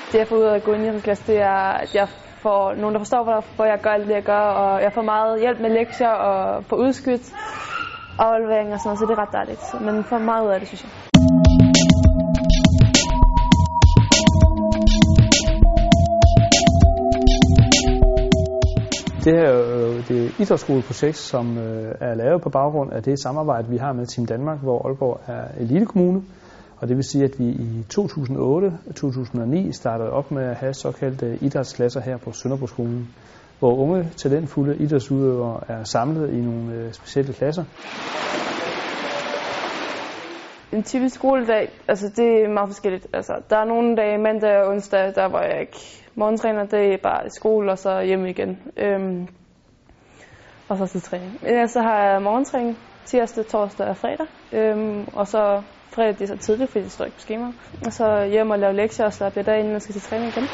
Det jeg får ud af at gå ind i en klasse, det er, at jeg får nogen, der forstår, hvorfor jeg gør alt det, jeg gør, og jeg får meget hjælp med lektier og får udskudt aflevering og sådan noget, så det er ret dejligt. Men får meget ud af det, synes jeg. Det her er jo det idrætsskoleprojekt, som er lavet på baggrund af det samarbejde, vi har med Team Danmark, hvor Aalborg er elitekommune. Og det vil sige, at vi i 2008-2009 startede op med at have såkaldte idrætsklasser her på Sønderbroskolen, hvor unge talentfulde idrætsudøvere er samlet i nogle specielle klasser. En typisk skoledag, altså det er meget forskelligt. Altså, der er nogle dage, mandag og onsdag, der var jeg ikke morgentræner, det er bare i skole og så hjemme igen. Og så til træning. Så har jeg morgentræning tirsdag, torsdag og fredag. Og så fredag det er så tidligt, fordi det står ikke på skemaet. Og så hjem og lave lektier og slappe lidt af, inden man skal til træning igen.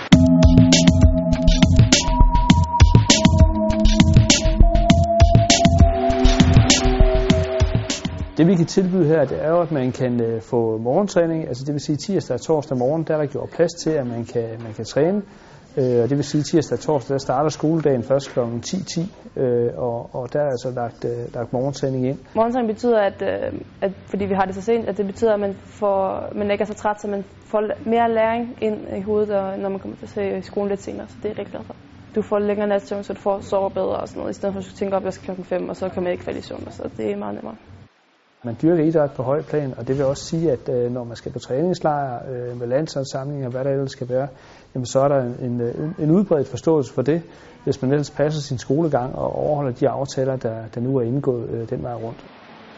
Det vi kan tilbyde her, det er jo, at man kan få morgentræning, altså det vil sige tirsdag og torsdag morgen, der er der gjort plads til, at man kan træne. Og det vil sige tirsdag og torsdag, der starter skoledagen først kl. 10:10, og der er altså lagt morgentræning ind. Morgentræning betyder, at fordi vi har det så sent, at det betyder, at man ikke er så træt, så man får mere læring ind i hovedet, når man kommer til at se skolen lidt senere, så det er jeg rigtig glad for. Du får længere natsøvn, så du får sover bedre og sådan noget, i stedet for at du tænker op, at jeg skal klokken 5, og så kan man ikke falde i søvn, så det er meget nemmere. Man dyrker idræt på høj plan, og det vil også sige, at når man skal på træningslejr med landsholdssamlinger og hvad der ellers skal være, jamen så er der en udbredt forståelse for det, hvis man ellers passer sin skolegang og overholder de aftaler, der nu er indgået den vej rundt.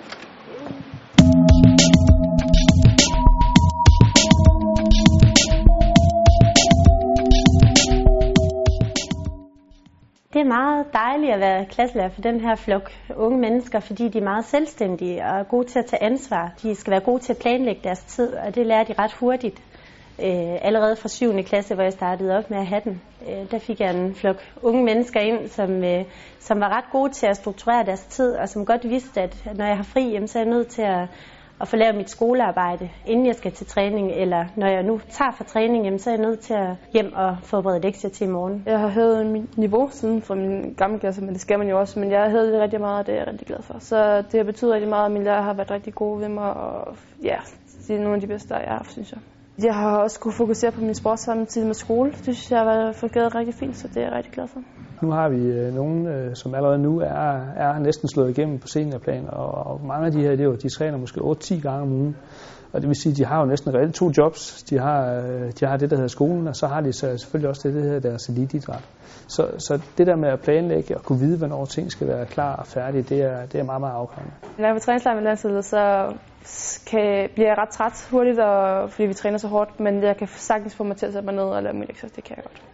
Det er meget dejligt at være klasselærer for den her flok unge mennesker, fordi de er meget selvstændige og er gode til at tage ansvar. De skal være gode til at planlægge deres tid, og det lærer de ret hurtigt. Allerede fra 7. klasse, hvor jeg startede op med at have den, der fik jeg en flok unge mennesker ind, som var ret gode til at strukturere deres tid, og som godt vidste, at når jeg har fri, så er jeg nødt til at få lavet mit skolearbejde, inden jeg skal til træning, eller når jeg nu tager fra træning, så er jeg nødt til at hjem og forberede lektier til i morgen. Jeg har hævet mit niveau siden fra min gamle klasse, men det skal man jo også, men jeg har hævet det rigtig meget, og det er jeg rigtig glad for. Så det har betydet rigtig meget, at mine lærere har været rigtig gode ved mig, og ja, det er nogle af de bedste, jeg har haft, synes jeg. Jeg har også kunne fokusere på min sport samtidig med skole. Det synes jeg har fungeret rigtig fint, så det er jeg rigtig glad for. Nu har vi nogen, som allerede nu er næsten slået igennem på seniorplan, og mange af de her elever, de træner måske 8-10 gange om ugen. Og det vil sige, at de har jo næsten reelt 2 jobs. De har det, der hedder skolen, og så har de selvfølgelig også det, der hedder deres eliteidræt. Så det der med at planlægge og kunne vide, hvornår ting skal være klar og færdige, det er meget, meget afgørende. Når jeg er på træningslejr med landsholdet, så bliver jeg ret træt hurtigt, fordi vi træner så hårdt, men jeg kan sagtens få mig til at sætte mig ned og lave mine lektier. Det kan jeg godt.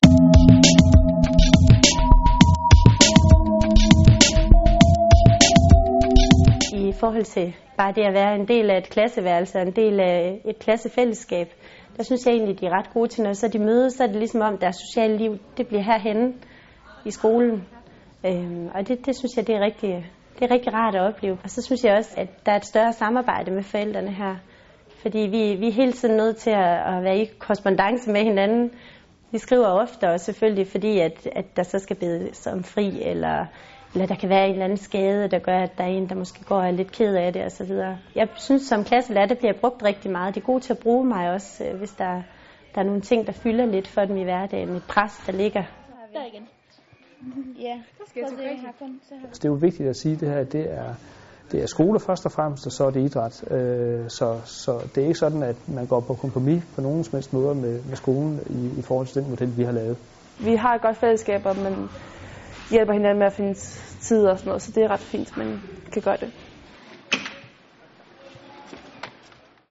I forhold til bare det at være en del af et klasseværelse og en del af et klassefællesskab, der synes jeg egentlig, de er ret gode til, når så de mødes, så er det ligesom om deres sociale liv, det bliver herhenne i skolen. Og det synes jeg, det er rigtig rart at opleve. Og så synes jeg også, at der er et større samarbejde med forældrene her. Fordi vi er hele tiden nødt til at være i korrespondance med hinanden. Vi skriver ofte også selvfølgelig, fordi at der så skal bedes om fri, eller der kan være en eller anden skade, der gør, at der er en, der måske går lidt ked af det osv. Jeg synes, som klasselærer, det bliver brugt rigtig meget. De er gode til at bruge mig også, hvis der er nogle ting, der fylder lidt for dem i hverdagen. Et pres, der ligger. Der igen. Ja, det er jo vigtigt at sige, at det her det er skole først og fremmest, og så er det idræt. Så det er ikke sådan, at man går på kompromis på nogen som helst måder med skolen i forhold til den model, vi har lavet. Vi har et godt fællesskab, og man hjælper hinanden med at finde tid og sådan noget, så det er ret fint, man kan gøre det.